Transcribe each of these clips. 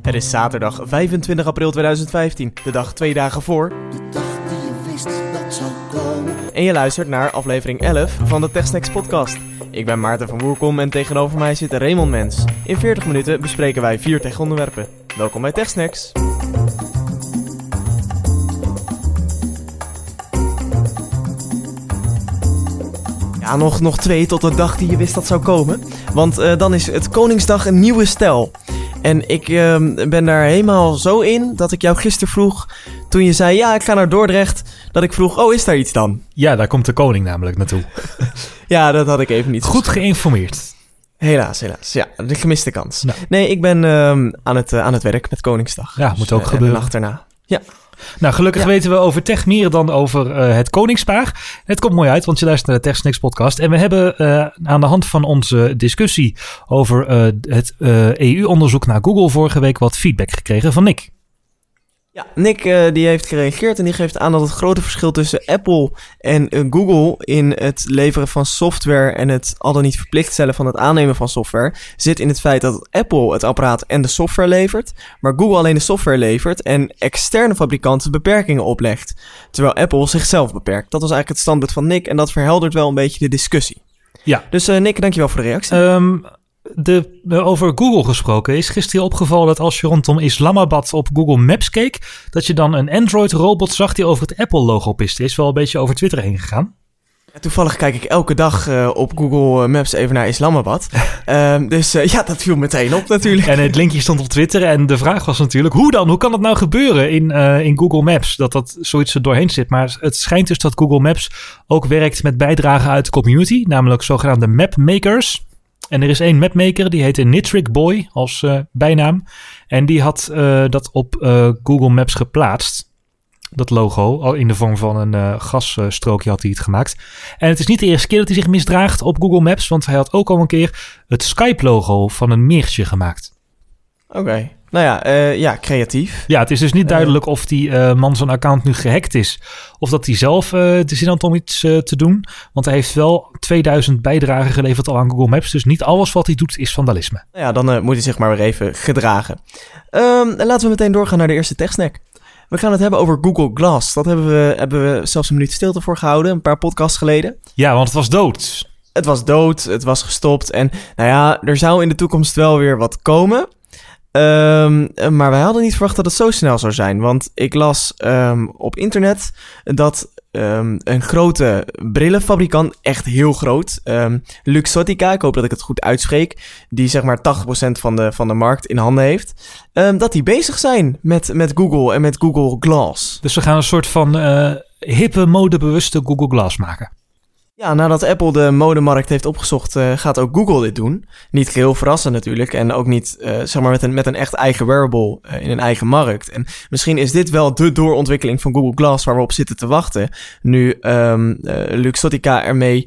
Het is zaterdag 25 april 2015, de dag 2 dagen voor. De dag die je wist dat zou komen. En je luistert naar aflevering 11 van de TechSnacks podcast. Ik ben Maarten van Woerkom en tegenover mij zit Raymond Mens. In 40 minuten bespreken wij 4 tech-onderwerpen. Welkom bij TechSnacks. Ja, nog 2 tot de dag die je wist dat zou komen. Want dan is het Koningsdag een nieuwe stijl. En ik ben daar helemaal zo in dat ik jou gisteren vroeg, toen je zei, ja, ik ga naar Dordrecht, dat ik vroeg, oh, is daar iets dan? Ja, daar komt de koning namelijk naartoe. Ja, dat had ik even niet. Goed geïnformeerd. Helaas. Ja, de gemiste kans. Nou. Nee, ik ben aan het werk met Koningsdag. Ja, moet ook gebeuren. De nacht erna. Ja. Nou, gelukkig weten we over tech meer dan over het koningspaar. Het komt mooi uit, want je luistert naar de TechSnacks podcast. En we hebben aan de hand van onze discussie over het EU-onderzoek naar Google vorige week wat feedback gekregen van Nick. Ja, Nick die heeft gereageerd en die geeft aan dat het grote verschil tussen Apple en Google in het leveren van software en het al dan niet verplicht stellen van het aannemen van software zit in het feit dat Apple het apparaat en de software levert, maar Google alleen de software levert en externe fabrikanten beperkingen oplegt, terwijl Apple zichzelf beperkt. Dat was eigenlijk het standpunt van Nick en dat verheldert wel een beetje de discussie. Ja. Dus Nick, dankjewel voor de reactie. Over Google gesproken is gisteren opgevallen dat als je rondom Islamabad op Google Maps keek, dat je dan een Android-robot zag die over het Apple-logo piste. Is wel een beetje over Twitter heen gegaan. Ja, toevallig kijk ik elke dag op Google Maps even naar Islamabad. Dus dat viel meteen op natuurlijk. En het linkje stond op Twitter en de vraag was natuurlijk, hoe dan? Hoe kan het nou gebeuren in Google Maps? Dat zoiets er doorheen zit. Maar het schijnt dus dat Google Maps ook werkt met bijdragen uit de community, namelijk zogenaamde mapmakers. En er is één mapmaker, die heet Nitric Boy als bijnaam. En die had dat op Google Maps geplaatst. Dat logo, al in de vorm van een gasstrookje had hij het gemaakt. En het is niet de eerste keer dat hij zich misdraagt op Google Maps. Want hij had ook al een keer het Skype-logo van een meertje gemaakt. Oké. Nou ja, creatief. Ja, het is dus niet duidelijk of die man zijn account nu gehackt is. Of dat hij zelf de zin had om iets te doen. Want hij heeft wel 2000 bijdragen geleverd al aan Google Maps. Dus niet alles wat hij doet is vandalisme. Nou ja, dan moet hij zich maar weer even gedragen. Laten we meteen doorgaan naar de eerste techsnack. We gaan het hebben over Google Glass. Dat hebben we zelfs een minuut stilte voor gehouden. Een paar podcasts geleden. Ja, want het was dood. Het was dood, het was gestopt. En nou ja, er zou in de toekomst wel weer wat komen. Maar wij hadden niet verwacht dat het zo snel zou zijn. Want ik las op internet dat een grote brillenfabrikant, echt heel groot, Luxottica, ik hoop dat ik het goed uitspreek, die zeg maar 80% van de markt in handen heeft, dat die bezig zijn met Google en met Google Glass. Dus we gaan een soort van hippe, modebewuste Google Glass maken. Ja, nadat Apple de modemarkt heeft opgezocht, gaat ook Google dit doen. Niet geheel verrassend natuurlijk en ook niet zeg maar met een echt eigen wearable in een eigen markt. En misschien is dit wel de doorontwikkeling van Google Glass waar we op zitten te wachten. Nu Luxottica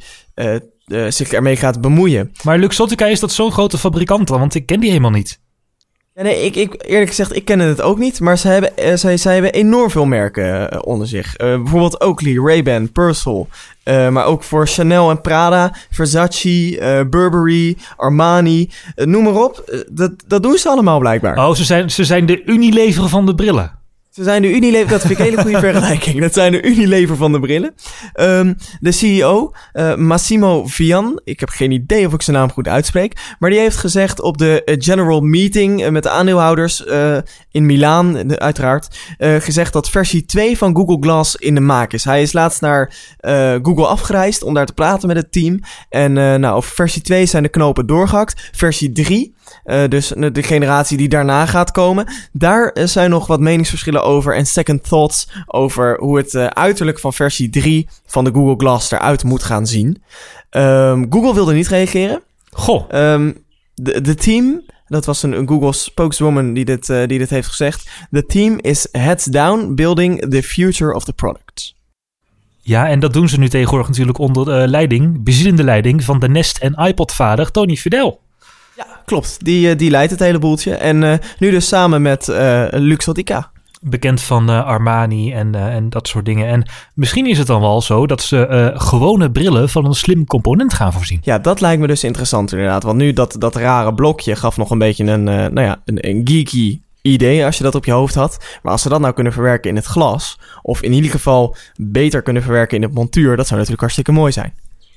zich ermee gaat bemoeien. Maar Luxottica, is dat zo'n grote fabrikant dan? Want ik ken die helemaal niet. Ja, nee, ik eerlijk gezegd, ik ken het ook niet, maar zij hebben enorm veel merken onder zich. Bijvoorbeeld Oakley, Ray-Ban, Purcell, maar ook voor Chanel en Prada, Versace, Burberry, Armani, noem maar op. Dat doen ze allemaal blijkbaar. Oh, ze zijn de Unilever van de brillen. Ze zijn de Unilever, dat vind ik een hele goede vergelijking. Dat zijn de Unilever van de brillen. De CEO, Massimo Vian, ik heb geen idee of ik zijn naam goed uitspreek, maar die heeft gezegd op de General Meeting met de aandeelhouders in Milaan, uiteraard, gezegd dat versie 2 van Google Glass in de maak is. Hij is laatst naar Google afgereisd om daar te praten met het team. En over versie 2 zijn de knopen doorgehakt. Versie 3, dus de generatie die daarna gaat komen, daar zijn nog wat meningsverschillen over en second thoughts over hoe het uiterlijk van versie 3 van de Google Glass eruit moet gaan zien. Google wilde niet reageren. Goh. De team, dat was een Google spokeswoman die dit heeft gezegd. The team is heads down building the future of the product. Ja, en dat doen ze nu tegenwoordig natuurlijk onder bezielende leiding van de Nest- en iPod-vader Tony Fadell. Ja, klopt. Die leidt het hele boeltje. En nu dus samen met Luxottica. Bekend van Armani en dat soort dingen. En misschien is het dan wel zo dat ze gewone brillen van een slim component gaan voorzien. Ja, dat lijkt me dus interessant inderdaad. Want nu dat rare blokje gaf nog een beetje een geeky idee als je dat op je hoofd had. Maar als ze dat nou kunnen verwerken in het glas, of in ieder geval beter kunnen verwerken in het montuur, dat zou natuurlijk hartstikke mooi zijn.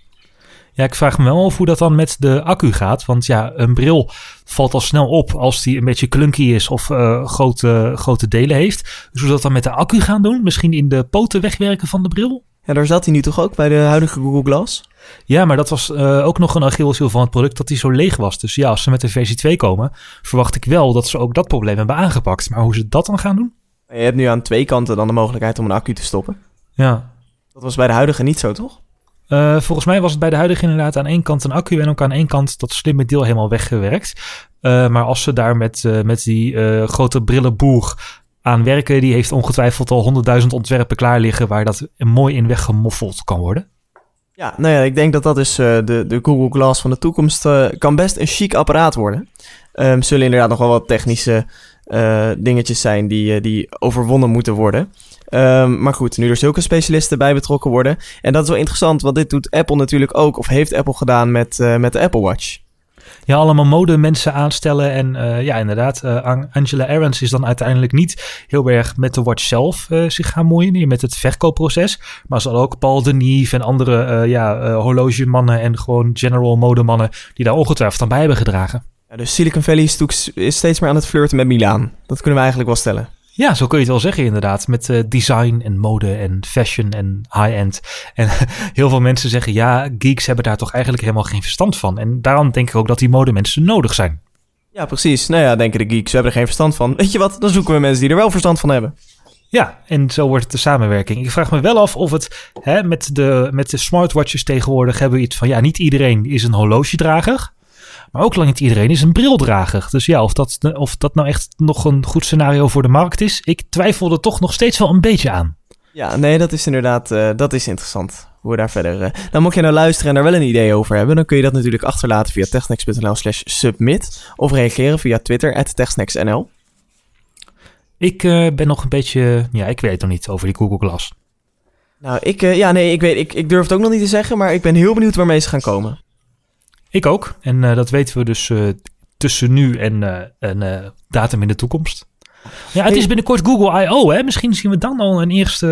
Ja, ik vraag me wel af hoe dat dan met de accu gaat. Want ja, een bril valt al snel op als die een beetje clunky is of grote delen heeft. Dus hoe ze dat dan met de accu gaan doen? Misschien in de poten wegwerken van de bril? Ja, daar zat hij nu toch ook bij de huidige Google Glass? Ja, maar dat was ook nog een Achilleshiel van het product dat hij zo leeg was. Dus ja, als ze met de versie 2 komen, verwacht ik wel dat ze ook dat probleem hebben aangepakt. Maar hoe ze dat dan gaan doen? Je hebt nu aan 2 kanten dan de mogelijkheid om een accu te stoppen. Ja. Dat was bij de huidige niet zo, toch? Volgens mij was het bij de huidige inderdaad aan één kant een accu en ook aan één kant dat slimme deel helemaal weggewerkt. Maar als ze daar met die grote brillenboer aan werken, die heeft ongetwijfeld al 100.000 ontwerpen klaar liggen waar dat mooi in weggemoffeld kan worden. Ja, nou ja, ik denk dat is de Google Glass van de toekomst. Kan best een chic apparaat worden. Zullen inderdaad nog wel wat technische dingetjes zijn die overwonnen moeten worden. Maar goed, nu er zulke specialisten bij betrokken worden. En dat is wel interessant, want dit doet Apple natuurlijk ook, of heeft Apple gedaan met de Apple Watch. Ja, allemaal mode mensen aanstellen. En ja, inderdaad, Angela Ahrendts is dan uiteindelijk niet heel erg met de watch zelf zich gaan moeien. Meer met het verkoopproces. Maar zal ook Paul Deneve en andere horlogemannen en gewoon general modemannen die daar ongetwijfeld aan bij hebben gedragen. Ja, dus Silicon Valley is steeds meer aan het flirten met Milaan. Dat kunnen we eigenlijk wel stellen. Ja, zo kun je het wel zeggen inderdaad. Met design en mode en fashion en high-end. En heel veel mensen zeggen, ja, geeks hebben daar toch eigenlijk helemaal geen verstand van. En daarom denk ik ook dat die modemensen nodig zijn. Ja, precies. Nou ja, denken de geeks, we hebben er geen verstand van. Weet je wat, dan zoeken we mensen die er wel verstand van hebben. Ja, en zo wordt het de samenwerking. Ik vraag me wel af of het met de smartwatches tegenwoordig hebben we iets van, ja, niet iedereen is een horlogedrager. Maar ook lang niet iedereen is een brildrager. Dus ja, of dat nou echt nog een goed scenario voor de markt is, ik twijfel er toch nog steeds wel een beetje aan. Ja, nee, dat is inderdaad, dat is interessant. Hoe we daar verder... Dan mocht je nou luisteren en daar wel een idee over hebben, dan kun je dat natuurlijk achterlaten via techsnacks.nl/submit of reageren via Twitter @techsnacksnl. Ik ben nog een beetje... Ja, ik weet nog niet over die Google Glass. Nou, ik durf het ook nog niet te zeggen, maar ik ben heel benieuwd waarmee ze gaan komen. Ik ook. En dat weten we dus tussen nu en een datum in de toekomst. Ja, het is binnenkort Google I.O. hè? Misschien zien we dan al een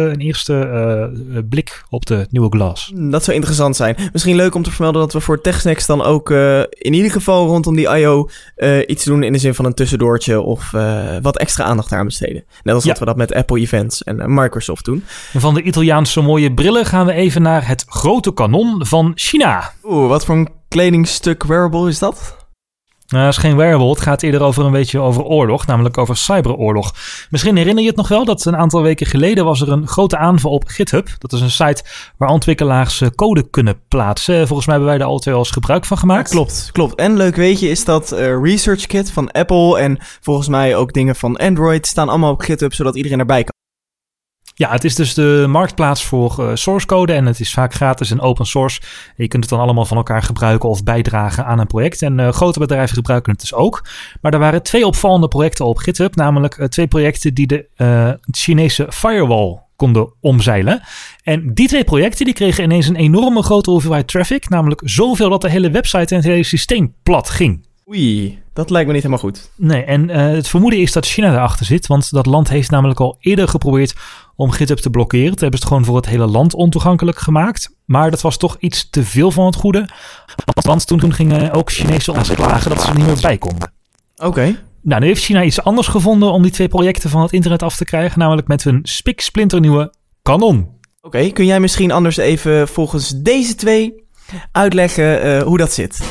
eerste blik op de nieuwe Glass. Dat zou interessant zijn. Misschien leuk om te vermelden dat we voor TechSnacks dan ook in ieder geval rondom die I.O. iets doen in de zin van een tussendoortje of wat extra aandacht aan besteden. Net als dat we dat met Apple Events en Microsoft doen. En van de Italiaanse mooie brillen gaan we even naar het grote kanon van China. Oeh, wat voor een kledingstuk wearable is dat? Het is geen wearable, het gaat eerder over oorlog, namelijk over cyberoorlog. Misschien herinner je het nog wel dat een aantal weken geleden was er een grote aanval op GitHub. Dat is een site waar ontwikkelaars code kunnen plaatsen. Volgens mij hebben wij daar al twee eens gebruik van gemaakt. Ja, klopt. En leuk weetje is dat ResearchKit van Apple en volgens mij ook dingen van Android staan allemaal op GitHub, zodat iedereen erbij kan. Ja, het is dus de marktplaats voor source code en het is vaak gratis en open source. Je kunt het dan allemaal van elkaar gebruiken of bijdragen aan een project. En grote bedrijven gebruiken het dus ook. Maar er waren 2 opvallende projecten op GitHub, namelijk 2 projecten die de Chinese firewall konden omzeilen. En die 2 projecten die kregen ineens een enorme grote hoeveelheid traffic, namelijk zoveel dat de hele website en het hele systeem plat ging. Oei, dat lijkt me niet helemaal goed. Nee, en het vermoeden is dat China erachter zit, want dat land heeft namelijk al eerder geprobeerd om GitHub te blokkeren. Dat hebben ze het gewoon voor het hele land ontoegankelijk gemaakt. Maar dat was toch iets te veel van het goede. Want toen gingen ook Chinezen ons klagen dat ze er niet meer bij konden. Oké. Nou, nu heeft China iets anders gevonden om die 2 projecten van het internet af te krijgen. Namelijk met hun spiksplinternieuwe kanon. Oké, kun jij misschien anders even volgens deze 2 uitleggen hoe dat zit?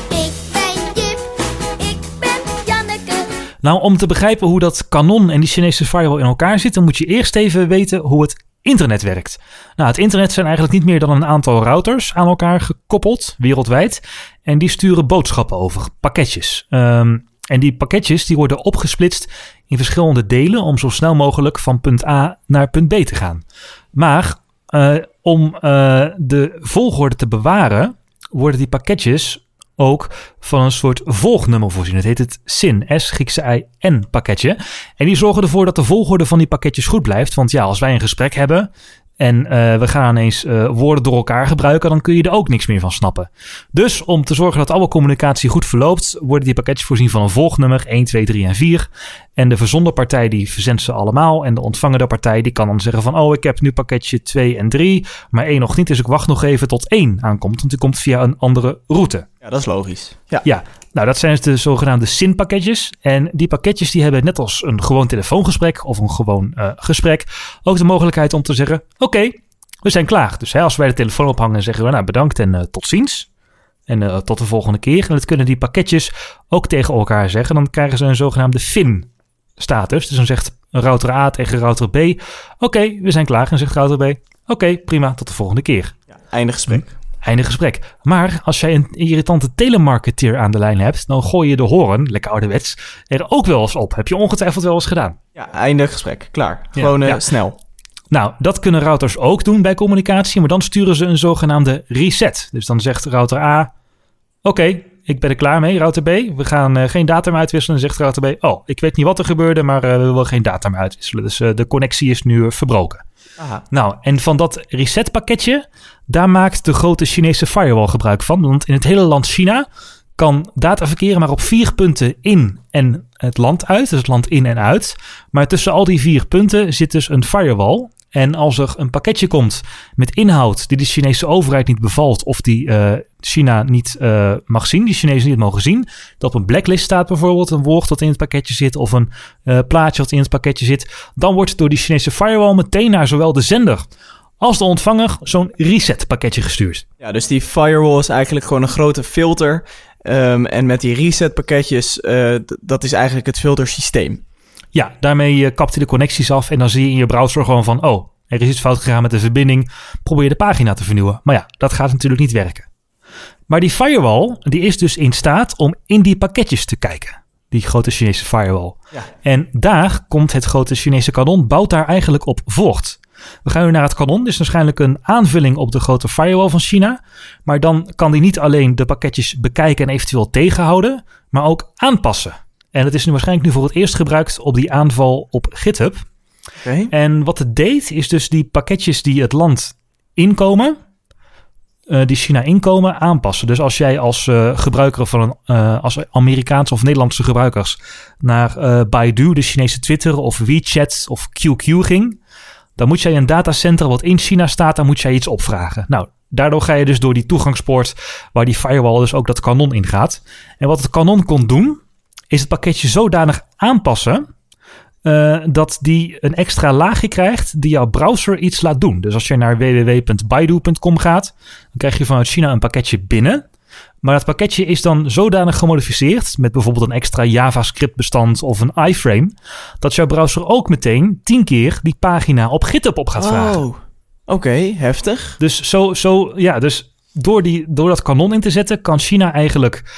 Nou, om te begrijpen hoe dat kanon en die Chinese firewall in elkaar zitten, moet je eerst even weten hoe het internet werkt. Nou, het internet zijn eigenlijk niet meer dan een aantal routers aan elkaar gekoppeld, wereldwijd. En die sturen boodschappen over, pakketjes. En die pakketjes die worden opgesplitst in verschillende delen om zo snel mogelijk van punt A naar punt B te gaan. Maar om de volgorde te bewaren, worden die pakketjes ook van een soort volgnummer voorzien. Het heet het SYN, Griekse I-N pakketje. En die zorgen ervoor dat de volgorde van die pakketjes goed blijft. Want ja, als wij een gesprek hebben en we gaan ineens woorden door elkaar gebruiken, dan kun je er ook niks meer van snappen. Dus om te zorgen dat alle communicatie goed verloopt, worden die pakketjes voorzien van een volgnummer 1, 2, 3 en 4. En de verzonder partij die verzendt ze allemaal. En de ontvangende partij die kan dan zeggen van, ik heb nu pakketje 2 en 3, maar 1 nog niet. Dus ik wacht nog even tot 1 aankomt, want die komt via een andere route. Ja, dat is logisch. Ja, nou dat zijn dus de zogenaamde SYN-pakketjes. En die pakketjes die hebben net als een gewoon telefoongesprek of een gewoon gesprek ook de mogelijkheid om te zeggen, oké, we zijn klaar. Dus als wij de telefoon ophangen, zeggen we bedankt en tot ziens. En tot de volgende keer. En dat kunnen die pakketjes ook tegen elkaar zeggen. Dan krijgen ze een zogenaamde FIN-status. Dus dan zegt router A tegen router B, oké, we zijn klaar. En zegt router B, oké, prima, tot de volgende keer. Ja, einde gesprek. Einde gesprek. Maar als jij een irritante telemarketeer aan de lijn hebt, dan gooi je de hoorn, lekker ouderwets, er ook wel eens op. Heb je ongetwijfeld wel eens gedaan. Ja, einde gesprek. Klaar. Gewoon snel. Nou, dat kunnen routers ook doen bij communicatie, maar dan sturen ze een zogenaamde reset. Dus dan zegt router A, oké, ik ben er klaar mee, router B. We gaan geen data meer uitwisselen. En zegt router B, ik weet niet wat er gebeurde, maar we willen geen data meer uitwisselen. Dus de connectie is nu verbroken. Aha. Nou, en van dat reset pakketje, daar maakt de grote Chinese firewall gebruik van. Want in het hele land China kan data verkeren maar op 4 punten in en het land uit. Dus het land in en uit. Maar tussen al die 4 punten zit dus een firewall. En als er een pakketje komt met inhoud die de Chinese overheid niet bevalt of die China niet mag zien, die Chinezen niet mogen zien, dat op een blacklist staat bijvoorbeeld een woord dat in het pakketje zit of een plaatje wat in het pakketje zit, dan wordt door die Chinese firewall meteen naar zowel de zender als de ontvanger zo'n reset pakketje gestuurd. Ja, dus die firewall is eigenlijk gewoon een grote filter. En met die reset pakketjes, dat is eigenlijk het filtersysteem. Ja, daarmee kapt hij de connecties af en dan zie je in je browser gewoon van, er is iets fout gegaan met de verbinding, probeer de pagina te vernieuwen. Maar ja, dat gaat natuurlijk niet werken. Maar die firewall, die is dus in staat om in die pakketjes te kijken. Die grote Chinese firewall. Ja. En daar komt het grote Chinese kanon, bouwt daar eigenlijk op voort. We gaan nu naar het kanon. Dit is waarschijnlijk een aanvulling op de grote firewall van China. Maar dan kan die niet alleen de pakketjes bekijken en eventueel tegenhouden, maar ook aanpassen. En het is nu waarschijnlijk voor het eerst gebruikt op die aanval op GitHub. Okay. En wat het deed, is dus die pakketjes die het land inkomen, die China inkomen, aanpassen. Dus als jij als gebruiker van als Amerikaanse of Nederlandse gebruikers naar Baidu, de Chinese Twitter of WeChat of QQ ging, dan moet jij een datacenter wat in China staat, dan moet jij iets opvragen. Nou, daardoor ga je dus door die toegangspoort waar die firewall dus ook dat kanon in gaat. En wat het kanon kon doen, is het pakketje zodanig aanpassen dat die een extra laagje krijgt die jouw browser iets laat doen. Dus als je naar www.baidu.com gaat, dan krijg je vanuit China een pakketje binnen. Maar dat pakketje is dan zodanig gemodificeerd met bijvoorbeeld een extra JavaScript bestand of een iframe, dat jouw browser ook meteen 10 keer die pagina op GitHub op gaat vragen. Oh, oké, heftig. Dus dus door dat kanon in te zetten, kan China eigenlijk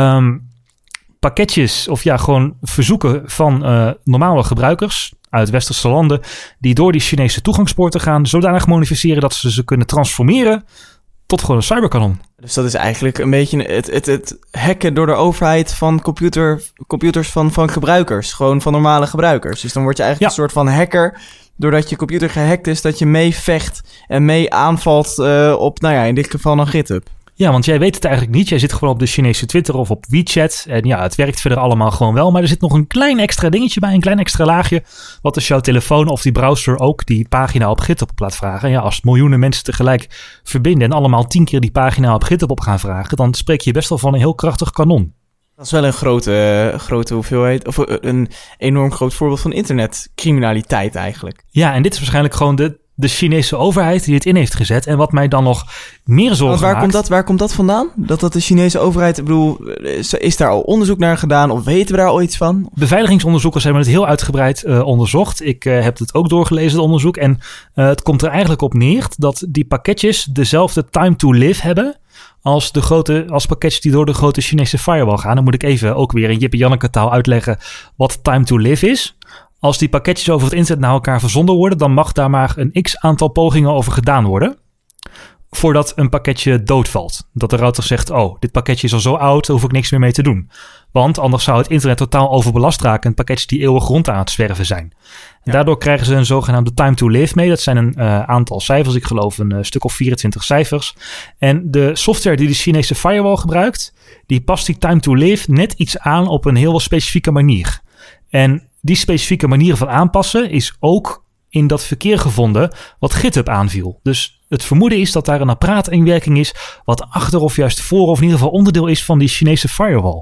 pakketjes of gewoon verzoeken van normale gebruikers uit westerse landen die door die Chinese toegangspoorten gaan, zodanig modificeren dat ze kunnen transformeren tot gewoon een cyberkanon. Dus dat is eigenlijk een beetje het hacken door de overheid van computers van gebruikers. Gewoon van normale gebruikers. Dus dan word je eigenlijk een soort van hacker, doordat je computer gehackt is, dat je mee vecht en mee aanvalt op, in dit geval dan GitHub. Ja, want jij weet het eigenlijk niet. Jij zit gewoon op de Chinese Twitter of op WeChat. En ja, het werkt verder allemaal gewoon wel. Maar er zit nog een klein extra dingetje bij. Een klein extra laagje. Wat dus jouw telefoon of die browser ook die pagina op GitHub op laat vragen. En ja, als miljoenen mensen tegelijk verbinden en allemaal 10 keer die pagina op GitHub op gaan vragen, dan spreek je best wel van een heel krachtig kanon. Dat is wel een grote hoeveelheid, of een enorm groot voorbeeld van internetcriminaliteit eigenlijk. Ja, en dit is waarschijnlijk gewoon de Chinese overheid die het in heeft gezet. En wat mij dan nog meer zorgen maakt. Waar komt dat vandaan? Dat de Chinese overheid, ik bedoel, is daar al onderzoek naar gedaan? Of weten we daar al iets van? Beveiligingsonderzoekers hebben het heel uitgebreid onderzocht. Ik heb het ook doorgelezen, het onderzoek. En het komt er eigenlijk op neer dat die pakketjes dezelfde time to live hebben als pakketjes die door de grote Chinese firewall gaan. Dan moet ik even ook weer in Jippe-Janneke taal uitleggen wat time to live is. Als die pakketjes over het internet naar elkaar verzonden worden, dan mag daar maar een x-aantal pogingen over gedaan worden. voordat een pakketje doodvalt. Dat de router zegt, dit pakketje is al zo oud, daar hoef ik niks meer mee te doen. Want anders zou het internet totaal overbelast raken en pakketjes die eeuwig rond aan het zwerven zijn. En daardoor krijgen ze een zogenaamde time to live mee. Dat zijn een aantal cijfers, ik geloof een stuk of 24 cijfers. En de software die de Chinese firewall gebruikt, die past die time to live net iets aan op een heel specifieke manier. En die specifieke manier van aanpassen is ook in dat verkeer gevonden wat GitHub aanviel. Dus het vermoeden is dat daar een apparaat in werking is wat achter of juist voor of in ieder geval onderdeel is van die Chinese firewall.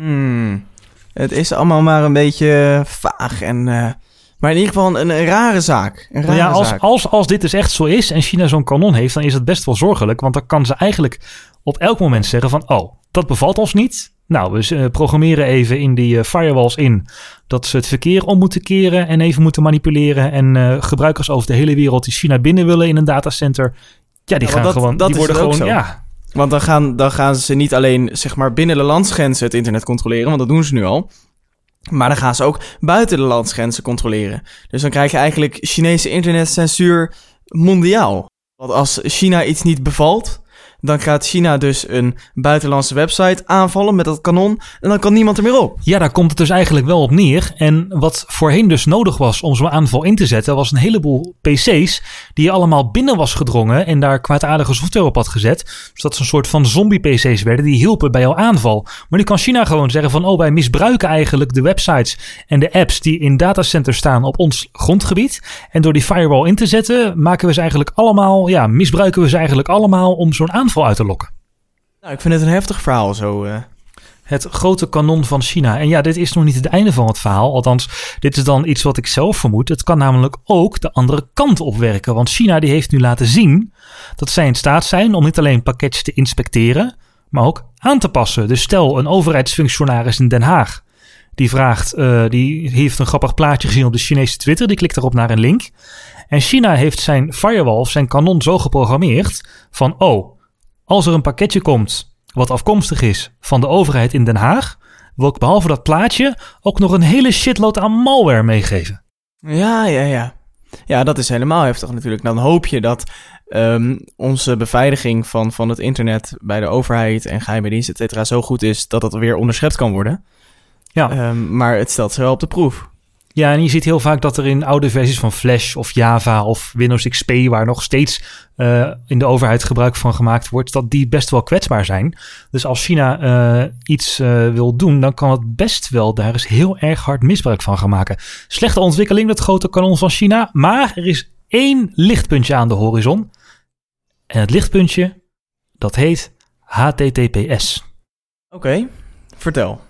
Het is allemaal maar een beetje vaag en... maar in ieder geval een rare zaak. Als dit dus echt zo is en China zo'n kanon heeft, dan is het best wel zorgelijk. Want dan kan ze eigenlijk op elk moment zeggen van, dat bevalt ons niet. Nou, we programmeren even in die firewalls in dat ze het verkeer om moeten keren en even moeten manipuleren. En gebruikers over de hele wereld die China binnen willen in een datacenter, die worden gewoon. Ja. Want dan gaan ze niet alleen zeg maar binnen de landsgrenzen het internet controleren, want dat doen ze nu al. Maar dan gaan ze ook buiten de landsgrenzen controleren. Dus dan krijg je eigenlijk Chinese internetcensuur mondiaal. Want als China iets niet bevalt, dan gaat China dus een buitenlandse website aanvallen met dat kanon en dan kan niemand er meer op. Ja, daar komt het dus eigenlijk wel op neer. En wat voorheen dus nodig was om zo'n aanval in te zetten, was een heleboel PC's die allemaal binnen was gedrongen en daar kwaadaardige software op had gezet. Zodat ze een soort van zombie-PC's werden die hielpen bij jouw aanval. Maar nu kan China gewoon zeggen van, wij misbruiken eigenlijk de websites en de apps die in datacenters staan op ons grondgebied. En door die firewall in te zetten, misbruiken we ze eigenlijk allemaal om zo'n aanval uit te lokken. Nou, ik vind het een heftig verhaal zo. Het grote kanon van China. En ja, dit is nog niet het einde van het verhaal. Althans, dit is dan iets wat ik zelf vermoed. Het kan namelijk ook de andere kant opwerken. Want China die heeft nu laten zien dat zij in staat zijn om niet alleen pakketjes te inspecteren, maar ook aan te passen. Dus stel, een overheidsfunctionaris in Den Haag die vraagt, die heeft een grappig plaatje gezien op de Chinese Twitter. Die klikt erop naar een link. En China heeft zijn firewall, zijn kanon zo geprogrammeerd van, als er een pakketje komt wat afkomstig is van de overheid in Den Haag, wil ik behalve dat plaatje ook nog een hele shitload aan malware meegeven. Ja. Ja, dat is helemaal heftig natuurlijk. Dan hoop je dat onze beveiliging van het internet bij de overheid en geheime diensten, et cetera, zo goed is dat het weer onderschept kan worden. Ja. Maar het stelt ze wel op de proef. Ja, en je ziet heel vaak dat er in oude versies van Flash of Java of Windows XP, waar nog steeds in de overheid gebruik van gemaakt wordt, dat die best wel kwetsbaar zijn. Dus als China iets wil doen, dan kan het best wel daar eens heel erg hard misbruik van gaan maken. Slechte ontwikkeling, dat grote kanon van China, maar er is 1 lichtpuntje aan de horizon. En het lichtpuntje, dat heet HTTPS. Oké, vertel.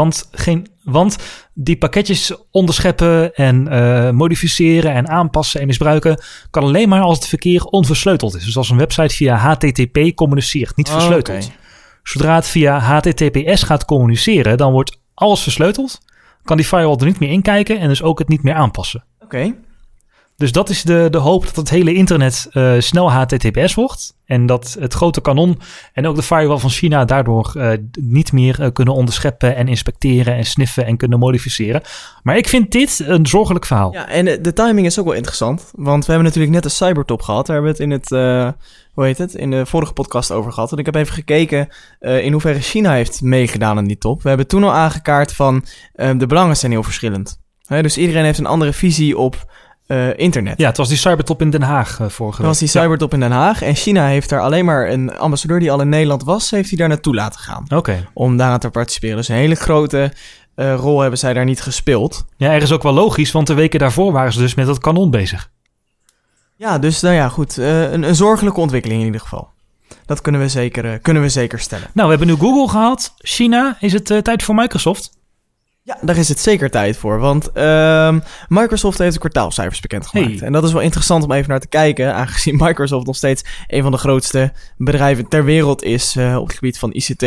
Want die pakketjes onderscheppen en modificeren en aanpassen en misbruiken kan alleen maar als het verkeer onversleuteld is. Dus als een website via HTTP communiceert, niet versleuteld. Okay. Zodra het via HTTPS gaat communiceren, dan wordt alles versleuteld. Kan die firewall er niet meer in kijken en dus ook het niet meer aanpassen. Oké. Dus dat is de hoop dat het hele internet snel HTTPS wordt. En dat het grote kanon en ook de firewall van China daardoor niet meer kunnen onderscheppen en inspecteren en sniffen en kunnen modificeren. Maar ik vind dit een zorgelijk verhaal. Ja, en de timing is ook wel interessant. Want we hebben natuurlijk net een cybertop gehad. Daar hebben we het in in de vorige podcast over gehad. En ik heb even gekeken in hoeverre China heeft meegedaan aan die top. We hebben toen al aangekaart van de belangen zijn heel verschillend. Dus iedereen heeft een andere visie op internet. Ja, het was die cybertop in Den Haag vorige week. Het was die cybertop in Den Haag. En China heeft daar alleen maar een ambassadeur die al in Nederland was, heeft hij daar naartoe laten gaan. Oké. Om daaraan te participeren. Dus een hele grote rol hebben zij daar niet gespeeld. Ja, er is ook wel logisch, want de weken daarvoor waren ze dus met dat kanon bezig. Ja, dus nou ja, goed. Een zorgelijke ontwikkeling in ieder geval. Dat kunnen we zeker stellen. Nou, we hebben nu Google gehad. China, is het tijd voor Microsoft? Ja, daar is het zeker tijd voor, want Microsoft heeft de kwartaalcijfers bekendgemaakt. Hey. En dat is wel interessant om even naar te kijken, aangezien Microsoft nog steeds een van de grootste bedrijven ter wereld is op het gebied van ICT.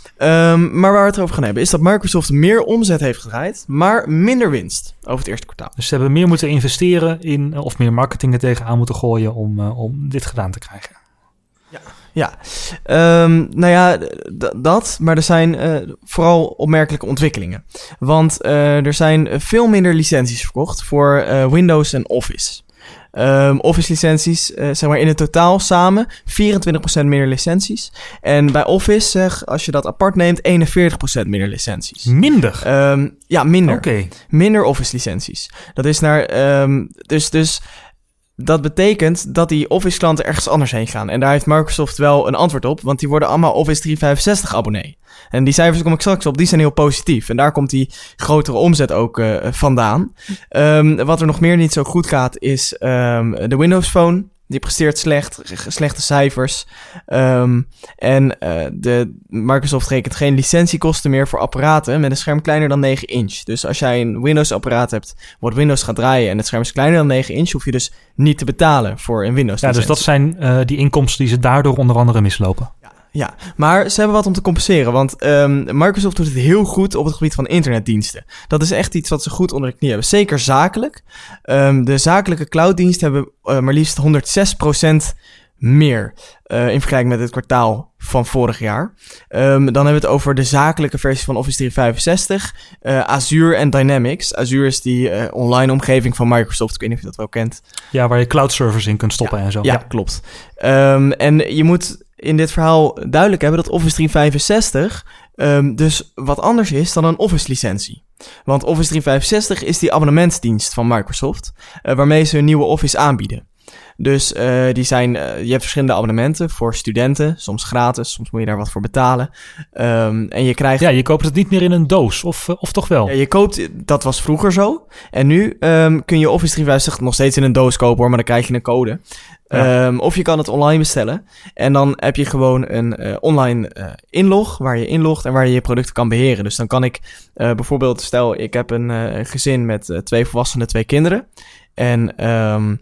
Maar waar we het over gaan hebben, is dat Microsoft meer omzet heeft gedraaid, maar minder winst over het eerste kwartaal. Dus ze hebben meer moeten investeren in, of meer marketing er tegenaan moeten gooien om dit gedaan te krijgen. Ja, maar er zijn vooral opmerkelijke ontwikkelingen. Want er zijn veel minder licenties verkocht voor Windows en Office. Office licenties, zeg maar in het totaal samen 24% minder licenties. En bij Office, als je dat apart neemt, 41% minder licenties. Minder? Ja, minder. Oké. Minder Office licenties. Dat is naar... Dus dat betekent dat die Office klanten ergens anders heen gaan. En daar heeft Microsoft wel een antwoord op, want die worden allemaal Office 365 abonnee. En die cijfers kom ik straks op, die zijn heel positief. En daar komt die grotere omzet ook vandaan. Wat er nog meer niet zo goed gaat, is de Windows Phone. Die presteert slechte cijfers. De Microsoft rekent geen licentiekosten meer voor apparaten met een scherm kleiner dan 9 inch. Dus als jij een Windows-apparaat hebt wat Windows gaat draaien en het scherm is kleiner dan 9 inch, hoef je dus niet te betalen voor een Windows-licentie. Ja, dus dat zijn die inkomsten die ze daardoor onder andere mislopen. Ja, maar ze hebben wat om te compenseren, want Microsoft doet het heel goed op het gebied van internetdiensten. Dat is echt iets wat ze goed onder de knie hebben, zeker zakelijk. De zakelijke clouddiensten hebben maar liefst 106% meer in vergelijking met het kwartaal van vorig jaar. Dan hebben we het over de zakelijke versie van Office 365, Azure en Dynamics. Azure is die online omgeving van Microsoft, ik weet niet of je dat wel kent. Ja, waar je cloud servers in kunt stoppen en zo. Ja, klopt. En je moet in dit verhaal duidelijk hebben dat Office 365 dus wat anders is dan een Office licentie. Want Office 365 is die abonnementsdienst van Microsoft, waarmee ze een nieuwe Office aanbieden. Dus je hebt verschillende abonnementen voor studenten, soms gratis, soms moet je daar wat voor betalen. En je krijgt... Ja, je koopt het niet meer in een doos, of toch wel? Ja, dat was vroeger zo. En nu kun je Office 365 nog steeds in een doos kopen, hoor, maar dan krijg je een code. Ja. Of je kan het online bestellen. En dan heb je gewoon een online inlog, waar je inlogt en waar je je producten kan beheren. Dus dan kan ik bijvoorbeeld, stel ik heb een gezin met 2 volwassenen, 2 kinderen. En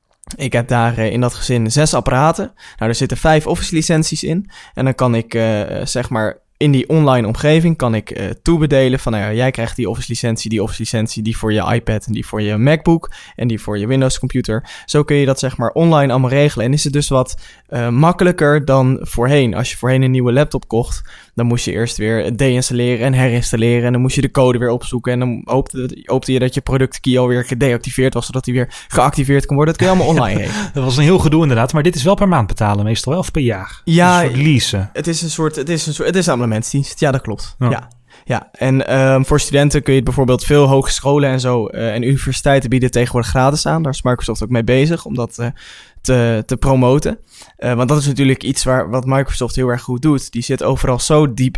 ik heb daar in dat gezin 6 apparaten. Nou, er zitten 5 Office licenties in. En dan kan ik zeg maar in die online omgeving kan ik toebedelen van, nou ja, jij krijgt die Office licentie, die voor je iPad en die voor je MacBook en die voor je Windows computer. Zo kun je dat zeg maar online allemaal regelen. En is het dus wat makkelijker dan voorheen. Als je voorheen een nieuwe laptop kocht, dan moest je eerst weer deinstalleren en herinstalleren. En dan moest je de code weer opzoeken. En dan hoopte je dat je productkey alweer gedeactiveerd was, zodat die weer geactiveerd kon worden. Dat kun je allemaal online regelen. Dat was een heel gedoe inderdaad. Maar dit is wel per maand betalen meestal wel, of per jaar? Ja, een soort leasen. Het is een abonnementsdienst. Ja, dat klopt. Ja. En voor studenten kun je het bijvoorbeeld veel hogescholen en zo en universiteiten bieden tegenwoordig gratis aan. Daar is Microsoft ook mee bezig om dat te promoten. Want dat is natuurlijk iets wat Microsoft heel erg goed doet. Die zit overal zo diep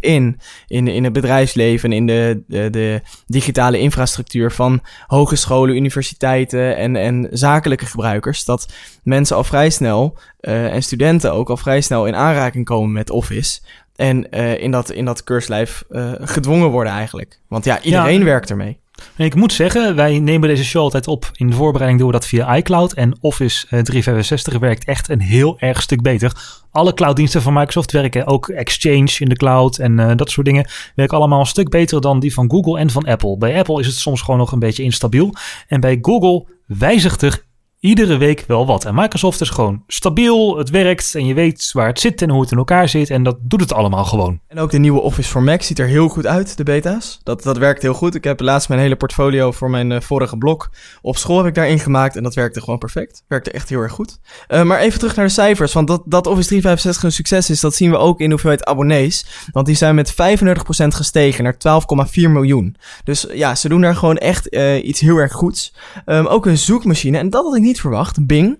in het bedrijfsleven, in de digitale infrastructuur van hogescholen, universiteiten en zakelijke gebruikers, dat mensen al vrij snel en studenten ook al vrij snel in aanraking komen met Office. En in dat keurslijf gedwongen worden eigenlijk. Want ja, iedereen werkt ermee. En ik moet zeggen, wij nemen deze show altijd op. In de voorbereiding doen we dat via iCloud. En Office 365 werkt echt een heel erg stuk beter. Alle clouddiensten van Microsoft werken. Ook Exchange in de cloud en dat soort dingen werken allemaal een stuk beter dan die van Google en van Apple. Bij Apple is het soms gewoon nog een beetje instabiel. En bij Google wijzigt er iedere week wel wat. En Microsoft is gewoon stabiel, het werkt en je weet waar het zit en hoe het in elkaar zit. En dat doet het allemaal gewoon. En ook de nieuwe Office voor Mac ziet er heel goed uit, de beta's. Dat werkt heel goed. Ik heb laatst mijn hele portfolio voor mijn vorige blog op school heb ik daarin gemaakt. En dat werkte gewoon perfect. Werkte echt heel erg goed. Maar even terug naar de cijfers. Want dat Office 365 een succes is, dat zien we ook in de hoeveelheid abonnees. Want die zijn met 35% gestegen naar 12,4 miljoen. Dus ja, ze doen daar gewoon echt iets heel erg goeds. Ook een zoekmachine. En dat had ik niet verwacht. Bing.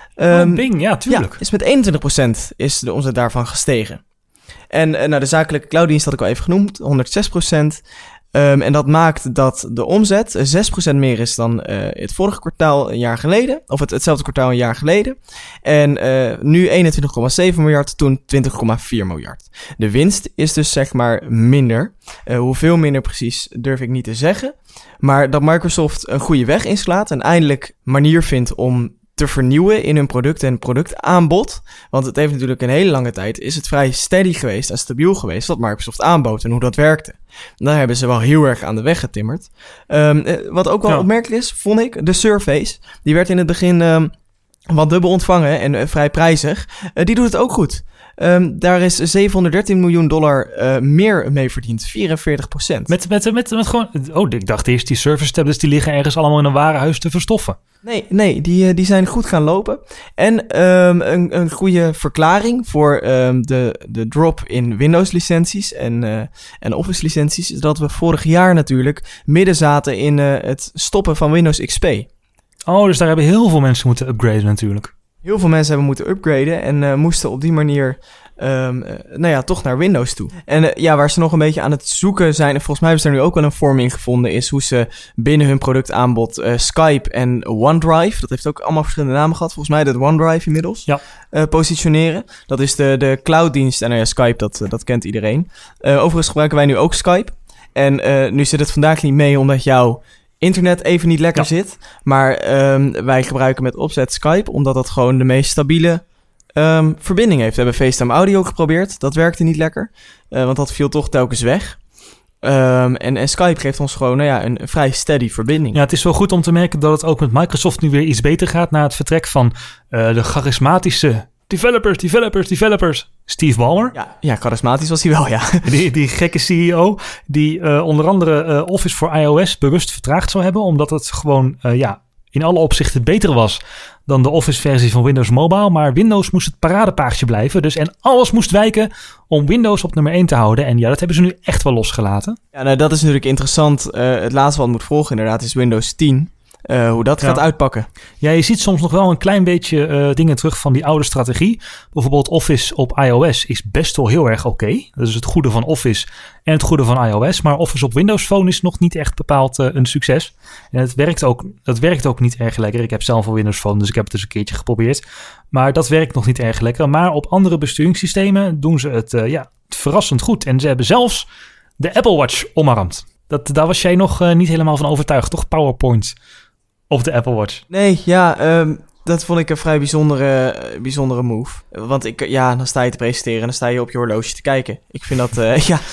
Bing, ja, tuurlijk. Ja, is met 21% is de omzet daarvan gestegen. En de zakelijke clouddienst had ik al even genoemd, 106%. En dat maakt dat de omzet 6% meer is dan het vorige kwartaal een jaar geleden. Of hetzelfde kwartaal een jaar geleden. En nu 21,7 miljard, toen 20,4 miljard. De winst is dus zeg maar minder. Hoeveel minder precies durf ik niet te zeggen. Maar dat Microsoft een goede weg inslaat en eindelijk manier vindt om te vernieuwen in hun product en productaanbod. Want het heeft natuurlijk een hele lange tijd is het vrij steady geweest en stabiel geweest wat Microsoft aanbood en hoe dat werkte. Daar hebben ze wel heel erg aan de weg getimmerd. Wat ook wel opmerkelijk is, vond ik, de Surface. Die werd in het begin wat dubbel ontvangen en vrij prijzig. Die doet het ook goed. Daar is $713 miljoen meer mee verdiend. 44%. Met gewoon... Oh, ik dacht eerst die service tablets die liggen ergens allemaal in een warenhuis te verstoffen. Nee, die zijn goed gaan lopen. En een goede verklaring voor de drop in Windows-licenties en Office-licenties is dat we vorig jaar natuurlijk midden zaten in het stoppen van Windows XP. Oh, dus daar hebben heel veel mensen moeten upgraden natuurlijk. Heel veel mensen hebben moeten upgraden en moesten op die manier toch naar Windows toe. En waar ze nog een beetje aan het zoeken zijn, en volgens mij hebben ze er nu ook wel een vorm in gevonden, is hoe ze binnen hun productaanbod Skype en OneDrive, dat heeft ook allemaal verschillende namen gehad, volgens mij dat OneDrive inmiddels, positioneren. Dat is de clouddienst en Skype, dat kent iedereen. Overigens gebruiken wij nu ook Skype. En nu zit het vandaag niet mee omdat jouw internet even niet lekker zit. Maar wij gebruiken met opzet Skype, omdat dat gewoon de meest stabiele verbinding heeft. We hebben FaceTime Audio geprobeerd. Dat werkte niet lekker. Want dat viel toch telkens weg. En Skype geeft ons gewoon een vrij steady verbinding. Ja, het is wel goed om te merken dat het ook met Microsoft nu weer iets beter gaat na het vertrek van de charismatische developers. Steve Ballmer. Ja, charismatisch was hij wel, ja. Die gekke CEO die onder andere Office voor iOS bewust vertraagd zou hebben, omdat het gewoon in alle opzichten beter was dan de Office-versie van Windows Mobile. Maar Windows moest het paradepaardje blijven. En alles moest wijken om Windows op nummer 1 te houden. En dat hebben ze nu echt wel losgelaten. Ja, dat is natuurlijk interessant. Het laatste wat moet volgen inderdaad is Windows 10. Hoe dat gaat uitpakken. Ja, je ziet soms nog wel een klein beetje dingen terug van die oude strategie. Bijvoorbeeld Office op iOS is best wel heel erg oké. Dat is het goede van Office en het goede van iOS. Maar Office op Windows Phone is nog niet echt bepaald een succes. En dat werkt ook niet erg lekker. Ik heb zelf een Windows Phone, dus ik heb het eens een keertje geprobeerd. Maar dat werkt nog niet erg lekker. Maar op andere besturingssystemen doen ze het verrassend goed. En ze hebben zelfs de Apple Watch omarmd. Daar was jij nog niet helemaal van overtuigd, toch? PowerPoint op de Apple Watch. Nee, dat vond ik een vrij bijzondere move. Want dan sta je te presenteren en dan sta je op je horloge te kijken. Ik vind dat,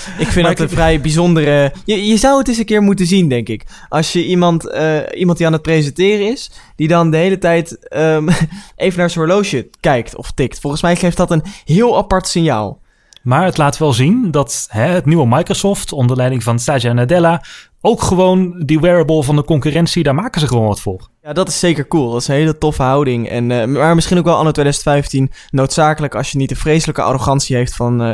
een vrij bijzondere... Je zou het eens een keer moeten zien, denk ik. Als je iemand die aan het presenteren is, die dan de hele tijd even naar zijn horloge kijkt of tikt. Volgens mij geeft dat een heel apart signaal. Maar het laat wel zien dat het nieuwe Microsoft onder leiding van Satya Nadella ook gewoon die wearable van de concurrentie, daar maken ze gewoon wat voor. Ja, dat is zeker cool. Dat is een hele toffe houding. Maar misschien ook wel anno 2015 noodzakelijk als je niet de vreselijke arrogantie hebt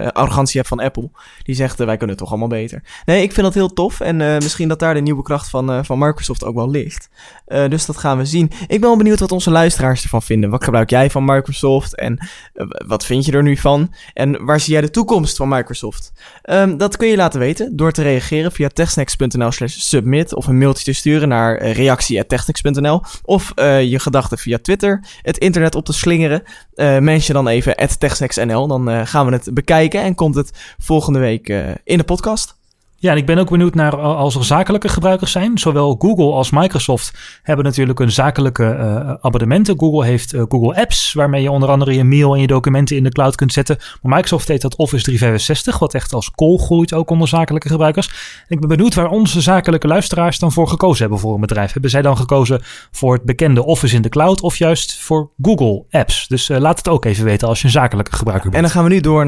van Apple. Die zegt, wij kunnen het toch allemaal beter. Nee, ik vind dat heel tof. En misschien dat daar de nieuwe kracht van Microsoft ook wel ligt. Dus dat gaan we zien. Ik ben wel benieuwd wat onze luisteraars ervan vinden. Wat gebruik jij van Microsoft? En wat vind je er nu van? En waar zie jij de toekomst van Microsoft? Dat kun je laten weten door te reageren via techsnacks.nl/submit of een mailtje te sturen naar reactie@techsnacks.nl. Of je gedachten via Twitter het internet op te slingeren. Mention dan even @techsnacks.nl. Dan gaan we het bekijken en komt het volgende week in de podcast. Ja, en ik ben ook benieuwd naar als er zakelijke gebruikers zijn. Zowel Google als Microsoft hebben natuurlijk een zakelijke abonnementen. Google heeft Google Apps, waarmee je onder andere je mail en je documenten in de cloud kunt zetten. Maar Microsoft heet dat Office 365, wat echt als kool groeit ook onder zakelijke gebruikers. En ik ben benieuwd waar onze zakelijke luisteraars dan voor gekozen hebben voor een bedrijf. Hebben zij dan gekozen voor het bekende Office in de cloud of juist voor Google Apps? Dus laat het ook even weten als je een zakelijke gebruiker bent. En dan gaan we nu door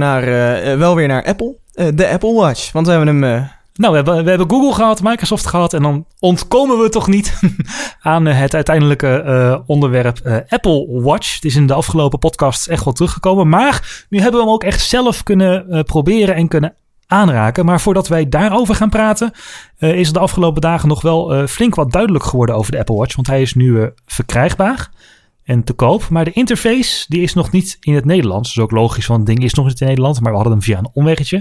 naar Apple. De Apple Watch, want we hebben hem... Nou, we hebben Google gehad, Microsoft gehad en dan ontkomen we toch niet aan het uiteindelijke onderwerp Apple Watch. Het is in de afgelopen podcasts echt wel teruggekomen, maar nu hebben we hem ook echt zelf kunnen proberen en kunnen aanraken. Maar voordat wij daarover gaan praten, is er de afgelopen dagen nog wel flink wat duidelijk geworden over de Apple Watch, want hij is nu verkrijgbaar en te koop. Maar de interface die is nog niet in het Nederlands. Dat is ook logisch, want het ding is nog niet in het Nederlands, maar we hadden hem via een omweggetje.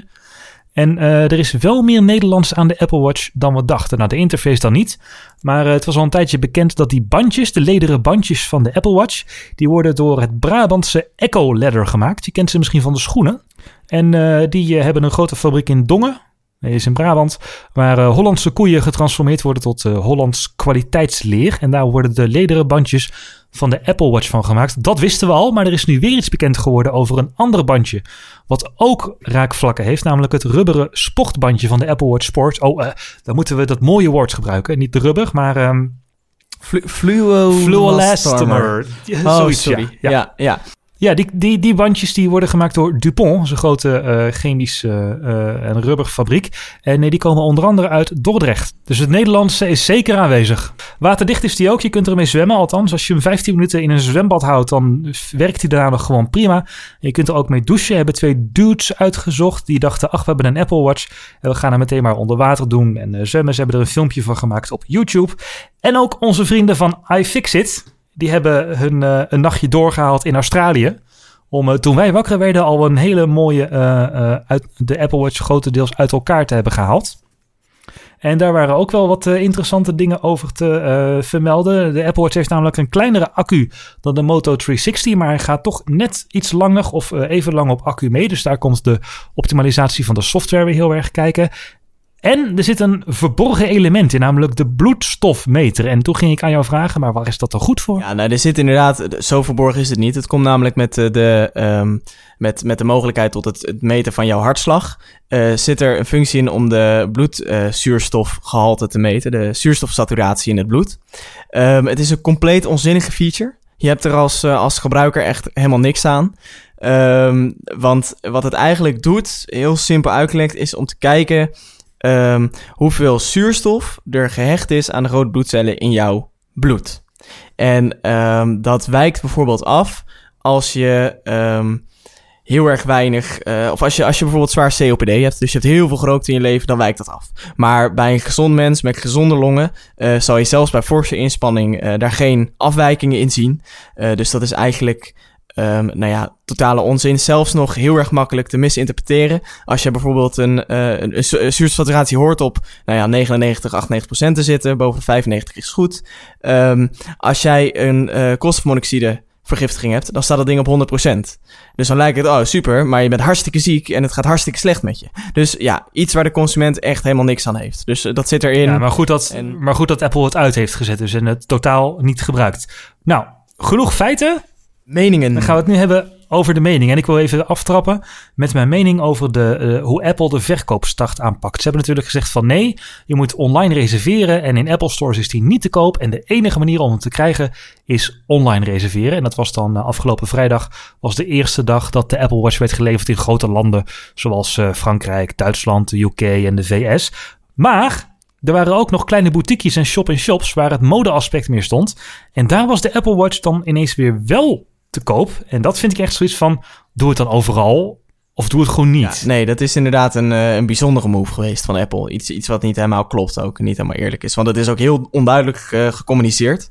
En er is wel meer Nederlands aan de Apple Watch dan we dachten. Nou, de interface dan niet. Maar het was al een tijdje bekend dat die bandjes, de lederen bandjes van de Apple Watch, die worden door het Brabantse Echo Leather gemaakt. Je kent ze misschien van de schoenen. En die hebben een grote fabriek in Dongen. Dat is in Brabant. Waar Hollandse koeien getransformeerd worden tot Hollands kwaliteitsleer. En daar worden de lederen bandjes van de Apple Watch van gemaakt. Dat wisten we al, maar er is nu weer iets bekend geworden over een ander bandje. Wat ook raakvlakken heeft, namelijk het rubberen sportbandje van de Apple Watch Sport. Dan moeten we dat mooie woord gebruiken. Niet de rubber, maar... Fluoelastomer. Zoiets, sorry. Ja. Ja, die bandjes die worden gemaakt door DuPont. Dat is een grote chemische en rubberfabriek. En die komen onder andere uit Dordrecht. Dus het Nederlandse is zeker aanwezig. Waterdicht is die ook. Je kunt ermee zwemmen. Althans, als je hem 15 minuten in een zwembad houdt, dan werkt hij daarna nog gewoon prima. En je kunt er ook mee douchen. We hebben 2 dudes uitgezocht. Die dachten, we hebben een Apple Watch. En we gaan hem meteen maar onder water doen en zwemmen. Ze hebben er een filmpje van gemaakt op YouTube. En ook onze vrienden van iFixit. Die hebben een nachtje doorgehaald in Australië. Om toen wij wakker werden al een hele mooie uit de Apple Watch grotendeels uit elkaar te hebben gehaald. En daar waren ook wel wat interessante dingen over te vermelden. De Apple Watch heeft namelijk een kleinere accu dan de Moto 360. Maar hij gaat toch net iets langer of even lang op accu mee. Dus daar komt de optimalisatie van de software weer heel erg kijken. En er zit een verborgen element in, namelijk de bloedstofmeter. En toen ging ik aan jou vragen, maar waar is dat dan goed voor? Ja, nou, er zit inderdaad, zo verborgen is het niet. Het komt namelijk met de mogelijkheid tot het meten van jouw hartslag. Zit er een functie in om de bloedzuurstofgehalte te meten, de zuurstofsaturatie in het bloed. Het is een compleet onzinnige feature. Je hebt er als gebruiker echt helemaal niks aan. Want wat het eigenlijk doet, heel simpel uitgelegd, is om te kijken hoeveel zuurstof er gehecht is aan de rode bloedcellen in jouw bloed. En dat wijkt bijvoorbeeld af als je heel erg weinig, of als je bijvoorbeeld zwaar COPD hebt, dus je hebt heel veel gerookt in je leven, dan wijkt dat af. Maar bij een gezond mens met gezonde longen zal je zelfs bij forse inspanning daar geen afwijkingen in zien. Dus dat is eigenlijk totale onzin. Zelfs nog heel erg makkelijk te misinterpreteren. Als je bijvoorbeeld een zuurstofsaturatie hoort op 99, 98% te zitten, boven 95 is goed. Als jij een koolstofmonoxide vergiftiging hebt, dan staat dat ding op 100%. Dus dan lijkt het, super, maar je bent hartstikke ziek en het gaat hartstikke slecht met je. Dus ja, iets waar de consument echt helemaal niks aan heeft. Dus dat zit erin. Ja, maar goed dat Apple het uit heeft gezet dus en het totaal niet gebruikt. Nou, genoeg feiten. Meningen. Dan gaan we het nu hebben over de mening. En ik wil even aftrappen met mijn mening over hoe Apple de verkoopstart aanpakt. Ze hebben natuurlijk gezegd van nee, je moet online reserveren en in Apple Stores is die niet te koop. En de enige manier om hem te krijgen is online reserveren. En dat was dan afgelopen vrijdag, was de eerste dag dat de Apple Watch werd geleverd in grote landen zoals Frankrijk, Duitsland, de UK en de VS. Maar er waren ook nog kleine boutiquejes en shop-in-shops waar het modeaspect meer stond. En daar was de Apple Watch dan ineens weer wel te koop. En dat vind ik echt zoiets van, doe het dan overal of doe het gewoon niet. Ja, nee, dat is inderdaad een bijzondere move geweest van Apple. Iets wat niet helemaal klopt ook, niet helemaal eerlijk is. Want het is ook heel onduidelijk gecommuniceerd.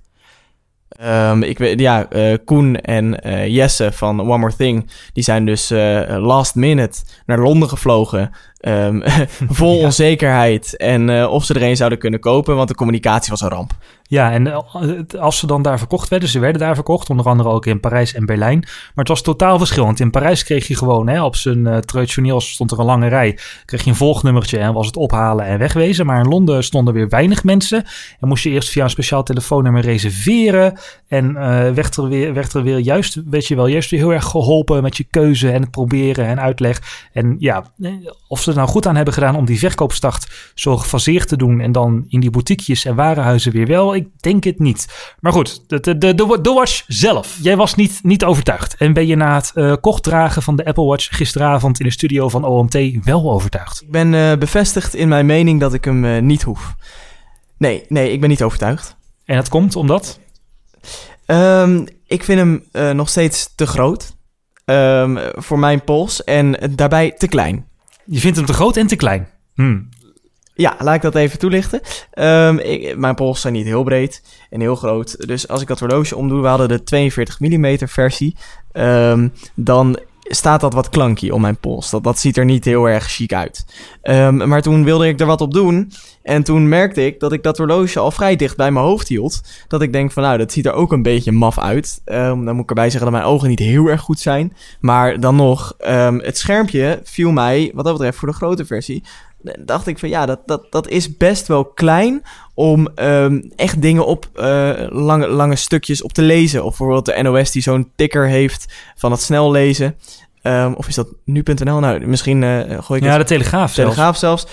Koen en Jesse van One More Thing, die zijn dus last minute naar Londen gevlogen. Vol onzekerheid. En of ze er een zouden kunnen kopen, want de communicatie was een ramp. Ja, en als ze dan daar verkocht werden, ze werden daar verkocht, onder andere ook in Parijs en Berlijn. Maar het was totaal verschillend. In Parijs kreeg je gewoon, op zijn traditioneel stond er een lange rij, kreeg je een volgnummertje en was het ophalen en wegwezen. Maar in Londen stonden weer weinig mensen en moest je eerst via een speciaal telefoonnummer reserveren. En werd er weer juist weer heel erg geholpen met je keuze en het proberen en uitleg. En ja, of ze er nou goed aan hebben gedaan om die verkoopstart zo gefaseerd te doen en dan in die boutiquejes en warenhuizen weer wel. Ik denk het niet. Maar goed, de Watch zelf. Jij was niet overtuigd. En ben je na het kochtdragen van de Apple Watch gisteravond in de studio van OMT wel overtuigd? Ik ben bevestigd in mijn mening dat ik hem niet hoef. Nee, ik ben niet overtuigd. En dat komt omdat? Ik vind hem nog steeds te groot. Voor mijn pols. En daarbij te klein. Je vindt hem te groot en te klein? Ja, laat ik dat even toelichten. Mijn pols zijn niet heel breed en heel groot. Dus als ik dat horloge omdoe, we hadden de 42 mm versie. Dan staat dat wat clunky om mijn pols. Dat ziet er niet heel erg chic uit. Maar toen wilde ik er wat op doen. En toen merkte ik dat ik dat horloge al vrij dicht bij mijn hoofd hield. Dat ik denk van dat ziet er ook een beetje maf uit. Dan moet ik erbij zeggen dat mijn ogen niet heel erg goed zijn. Maar dan nog, het schermpje viel mij, wat dat betreft voor de grote versie, dacht ik van dat is best wel klein om echt dingen op lange stukjes op te lezen. Of bijvoorbeeld de NOS die zo'n ticker heeft van het snel lezen. Of is dat nu.nl? Nou, misschien gooi ik de Telegraaf zelfs. Telegraaf zelfs.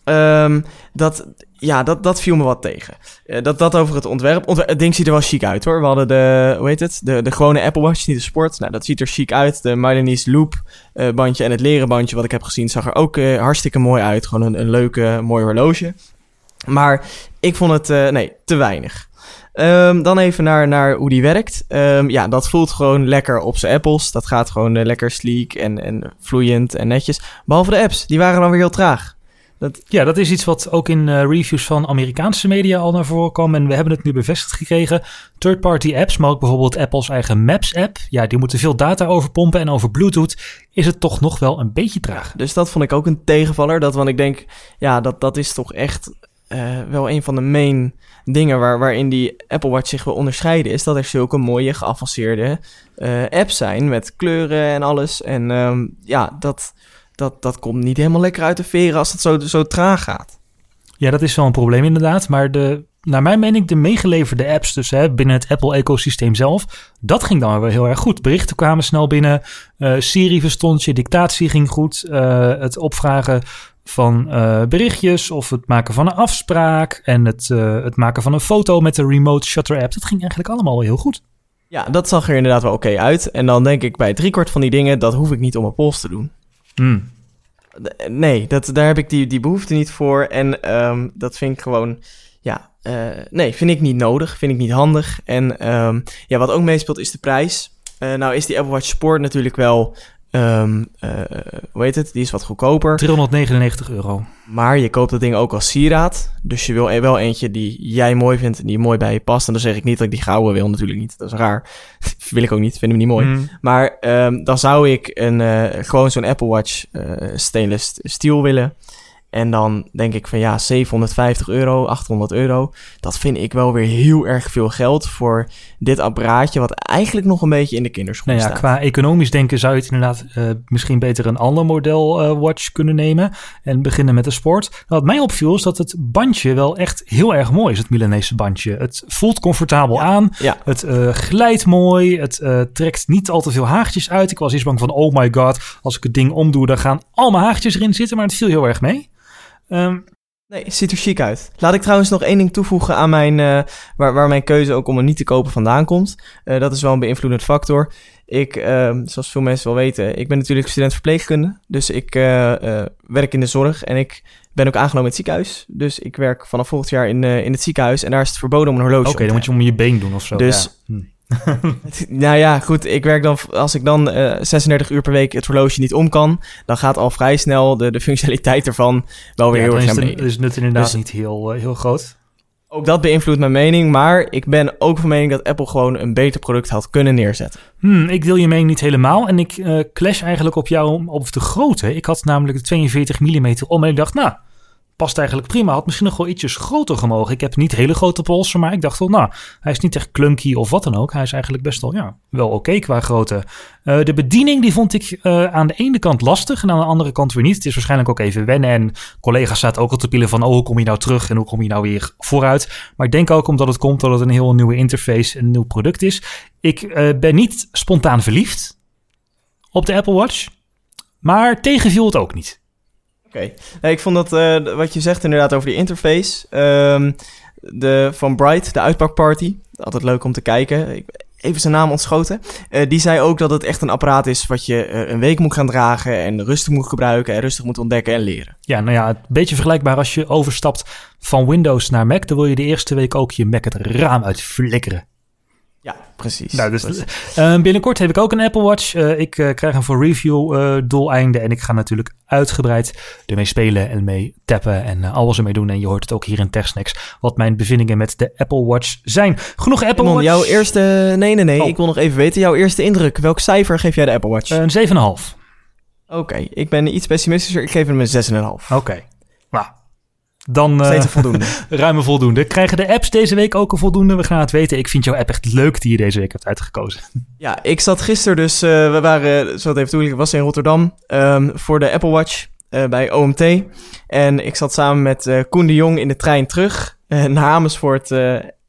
Dat viel me wat tegen. Dat over het ontwerp. Het ding ziet er wel chic uit, hoor. We hadden de gewone Apple Watch, niet de Sport. Nou, dat ziet er chic uit. De Milanese Loop bandje en het leren bandje wat ik heb gezien zag er ook hartstikke mooi uit. Gewoon een leuke, mooi horloge. Maar ik vond het, te weinig. Dan even naar hoe die werkt. Dat voelt gewoon lekker op zijn Apples. Dat gaat gewoon lekker sleek en vloeiend en netjes. Behalve de apps, die waren dan weer heel traag. Dat is iets wat ook in reviews van Amerikaanse media al naar voren kwam. En we hebben het nu bevestigd gekregen. Third-party apps, maar ook bijvoorbeeld Apple's eigen Maps-app. Ja, die moeten veel data overpompen. En over Bluetooth is het toch nog wel een beetje traag. Dus dat vond ik ook een tegenvaller. Want ik denk, dat is toch echt wel een van de main dingen waarin die Apple Watch zich wil onderscheiden. Is dat er zulke mooie, geavanceerde apps zijn met kleuren en alles. En dat komt niet helemaal lekker uit de veren als het zo traag gaat. Ja, dat is wel een probleem inderdaad. Maar naar mijn mening de meegeleverde apps, dus binnen het Apple-ecosysteem zelf, dat ging dan wel heel erg goed. Berichten kwamen snel binnen, Siri verstond je, dictatie ging goed, het opvragen van berichtjes of het maken van een afspraak en het maken van een foto met de remote shutter app. Dat ging eigenlijk allemaal wel heel goed. Ja, dat zag er inderdaad wel oké uit. En dan denk ik bij 3/4 van die dingen, dat hoef ik niet op mijn pols te doen. Nee, daar heb ik die behoefte niet voor. En dat vind ik gewoon, vind ik niet nodig, vind ik niet handig. En wat ook meespeelt is de prijs. Nou is die Apple Watch Sport natuurlijk wel, die is wat goedkoper. €399. Maar je koopt dat ding ook als sieraad. Dus je wil wel eentje die jij mooi vindt en die mooi bij je past. En dan zeg ik niet dat ik die gouden wil, natuurlijk niet. Dat is raar. Wil ik ook niet, vind hem niet mooi. Maar dan zou ik gewoon zo'n Apple Watch stainless steel willen. En dan denk ik van €750, €800. Dat vind ik wel weer heel erg veel geld voor dit apparaatje, wat eigenlijk nog een beetje in de kinderschoen staat. Qua economisch denken zou je het inderdaad misschien beter een ander model watch kunnen nemen en beginnen met de Sport. Wat mij opviel is dat het bandje wel echt heel erg mooi is, het Milanese bandje. Het voelt comfortabel aan, het glijdt mooi, het trekt niet al te veel haartjes uit. Ik was eerst bang van, oh my god, als ik het ding omdoe, dan gaan al mijn haartjes erin zitten, maar het viel heel erg mee. Nee, het ziet er chic uit. Laat ik trouwens nog één ding toevoegen aan mijn waar mijn keuze ook om hem niet te kopen vandaan komt. Dat is wel een beïnvloedend factor. Ik, zoals veel mensen wel weten, ik ben natuurlijk student verpleegkunde. Dus ik werk in de zorg en ik ben ook aangenomen in het ziekenhuis. Dus ik werk vanaf volgend jaar in het ziekenhuis en daar is het verboden om een horloge Oké, dan moet je om je been doen of zo. Dus nou ja, goed. Ik werk dan, als ik dan 36 uur per week het horloge niet om kan, dan gaat al vrij snel de functionaliteit ervan wel weer heel erg naar beneden. Dus nut inderdaad niet heel groot. Ook dat beïnvloedt mijn mening, maar ik ben ook van mening dat Apple gewoon een beter product had kunnen neerzetten. Ik deel je mening niet helemaal en ik clash eigenlijk op jou op de grootte. Ik had namelijk de 42 mm om en ik dacht, past eigenlijk prima. Had misschien nog wel ietsjes groter gemogen. Ik heb niet hele grote polsen, maar ik dacht wel, hij is niet echt clunky of wat dan ook. Hij is eigenlijk best wel oké qua grootte. De bediening die vond ik aan de ene kant lastig en aan de andere kant weer niet. Het is waarschijnlijk ook even wennen en collega's zaten ook al te pielen van, hoe kom je nou terug en hoe kom je nou weer vooruit. Maar ik denk ook omdat het komt dat het een heel nieuwe interface en een nieuw product is. Ik ben niet spontaan verliefd op de Apple Watch, maar tegenviel het ook niet. Oké. Nee, ik vond dat wat je zegt inderdaad over die interface. Van Bright, de uitpakparty. Altijd leuk om te kijken. Even zijn naam ontschoten. Die zei ook dat het echt een apparaat is wat je een week moet gaan dragen en rustig moet gebruiken en rustig moet ontdekken en leren. Ja, een beetje vergelijkbaar als je overstapt van Windows naar Mac. Dan wil je de eerste week ook je Mac het raam uit flikkeren. Ja, precies. Dus binnenkort heb ik ook een Apple Watch. Ik krijg hem voor review doeleinden. En ik ga natuurlijk uitgebreid ermee spelen en mee tappen en alles ermee doen. En je hoort het ook hier in TechSnacks wat mijn bevindingen met de Apple Watch zijn. Genoeg Apple Watch. Jouw eerste... Nee. Oh. Ik wil nog even weten, jouw eerste indruk. Welk cijfer geef jij de Apple Watch? Een 7,5. Oké, ik ben iets pessimistischer. Ik geef hem een 6,5. Oké. Dan voldoende. Ruime voldoende. Krijgen de apps deze week ook een voldoende? We gaan het weten. Ik vind jouw app echt leuk die je deze week hebt uitgekozen. Ja, ik zat gisteren dus... we waren, zo het even toe, ik was in Rotterdam voor de Apple Watch bij OMT. En ik zat samen met Koen de Jong in de trein terug naar Amersfoort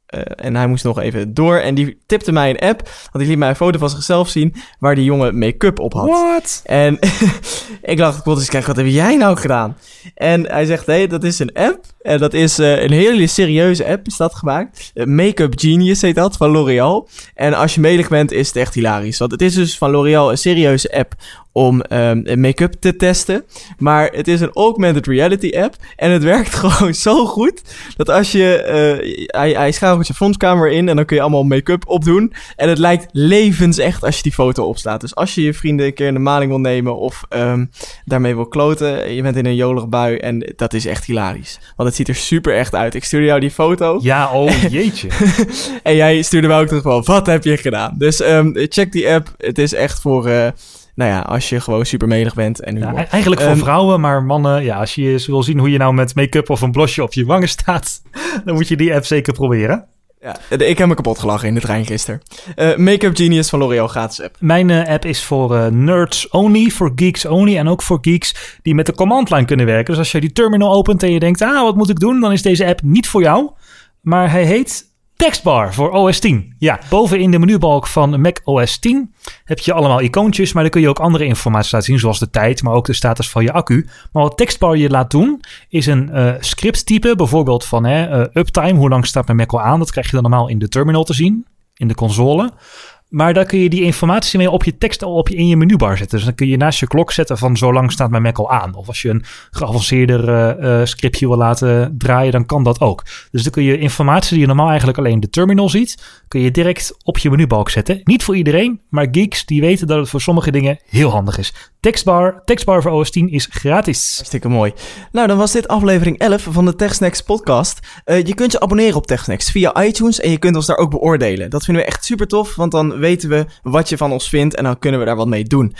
En hij moest nog even door. En die tipte mij een app. Want die liet mij een foto van zichzelf zien waar die jongen make-up op had. What? En ik dacht, ik wilde eens kijken, wat heb jij nou gedaan? En hij zegt, nee, dat is een app. En dat is een hele serieuze app, is dat gemaakt. Make-up Genius heet dat, van L'Oréal. En als je melig bent, is het echt hilarisch. Want het is dus van L'Oréal een serieuze app om make-up te testen. Maar het is een augmented reality app. En het werkt gewoon zo goed, dat als je... hij schakelt je frontcamera in en dan kun je allemaal make-up opdoen. En het lijkt levensecht als je die foto opslaat. Dus als je je vrienden een keer in de maling wil nemen of daarmee wil kloten, je bent in een jolige bui en dat is echt hilarisch. Want het ziet er super echt uit. Ik stuurde jou die foto. Ja, oh jeetje. En jij stuurde mij ook terug van, wat heb je gedaan? Dus check die app. Het is echt voor... als je gewoon super melig bent. En ja, eigenlijk voor vrouwen, maar mannen... Ja, als je wil zien hoe je nou met make-up of een blosje op je wangen staat, dan moet je die app zeker proberen. Ja, ik heb me kapot gelachen in de trein gisteren. Make-up Genius van L'Oréal, gratis app. Mijn app is voor nerds only, voor geeks only en ook voor geeks die met de command line kunnen werken. Dus als je die terminal opent en je denkt, wat moet ik doen? Dan is deze app niet voor jou. Maar hij heet Textbar voor OS 10. Ja, boven in de menubalk van Mac OS 10 heb je allemaal icoontjes, maar dan kun je ook andere informatie laten zien, zoals de tijd, maar ook de status van je accu. Maar wat Textbar je laat doen, is een scripttype, bijvoorbeeld van uptime, hoe lang staat mijn Mac al aan? Dat krijg je dan normaal in de terminal te zien, in de console. Maar daar kun je die informatie mee op je tekst al in je menubar zetten. Dus dan kun je naast je klok zetten van zo lang staat mijn Mac al aan. Of als je een geavanceerder scriptje wil laten draaien, dan kan dat ook. Dus dan kun je informatie die je normaal eigenlijk alleen in de terminal ziet, kun je direct op je menubalk zetten. Niet voor iedereen, maar geeks die weten dat het voor sommige dingen heel handig is. Textbar voor OS 10 is gratis. Hartstikke mooi. Nou, dan was dit aflevering 11 van de TechSnacks podcast. Je kunt je abonneren op TechSnacks via iTunes en je kunt ons daar ook beoordelen. Dat vinden we echt super tof, want dan weten we wat je van ons vindt en dan kunnen we daar wat mee doen.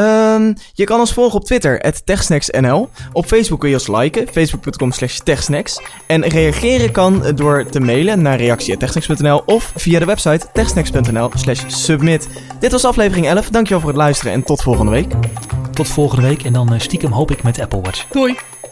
Je kan ons volgen op Twitter, @TechSnacksNL. Op Facebook kun je ons liken, facebook.com/TechSnacks. En reageren kan door te mailen naar redactie@techsnacks.nl of via de website techsnacks.nl/submit. Dit was aflevering 11. Dankjewel voor het luisteren en tot volgende week. Tot volgende week en dan stiekem hoop ik met Apple Watch. Doei!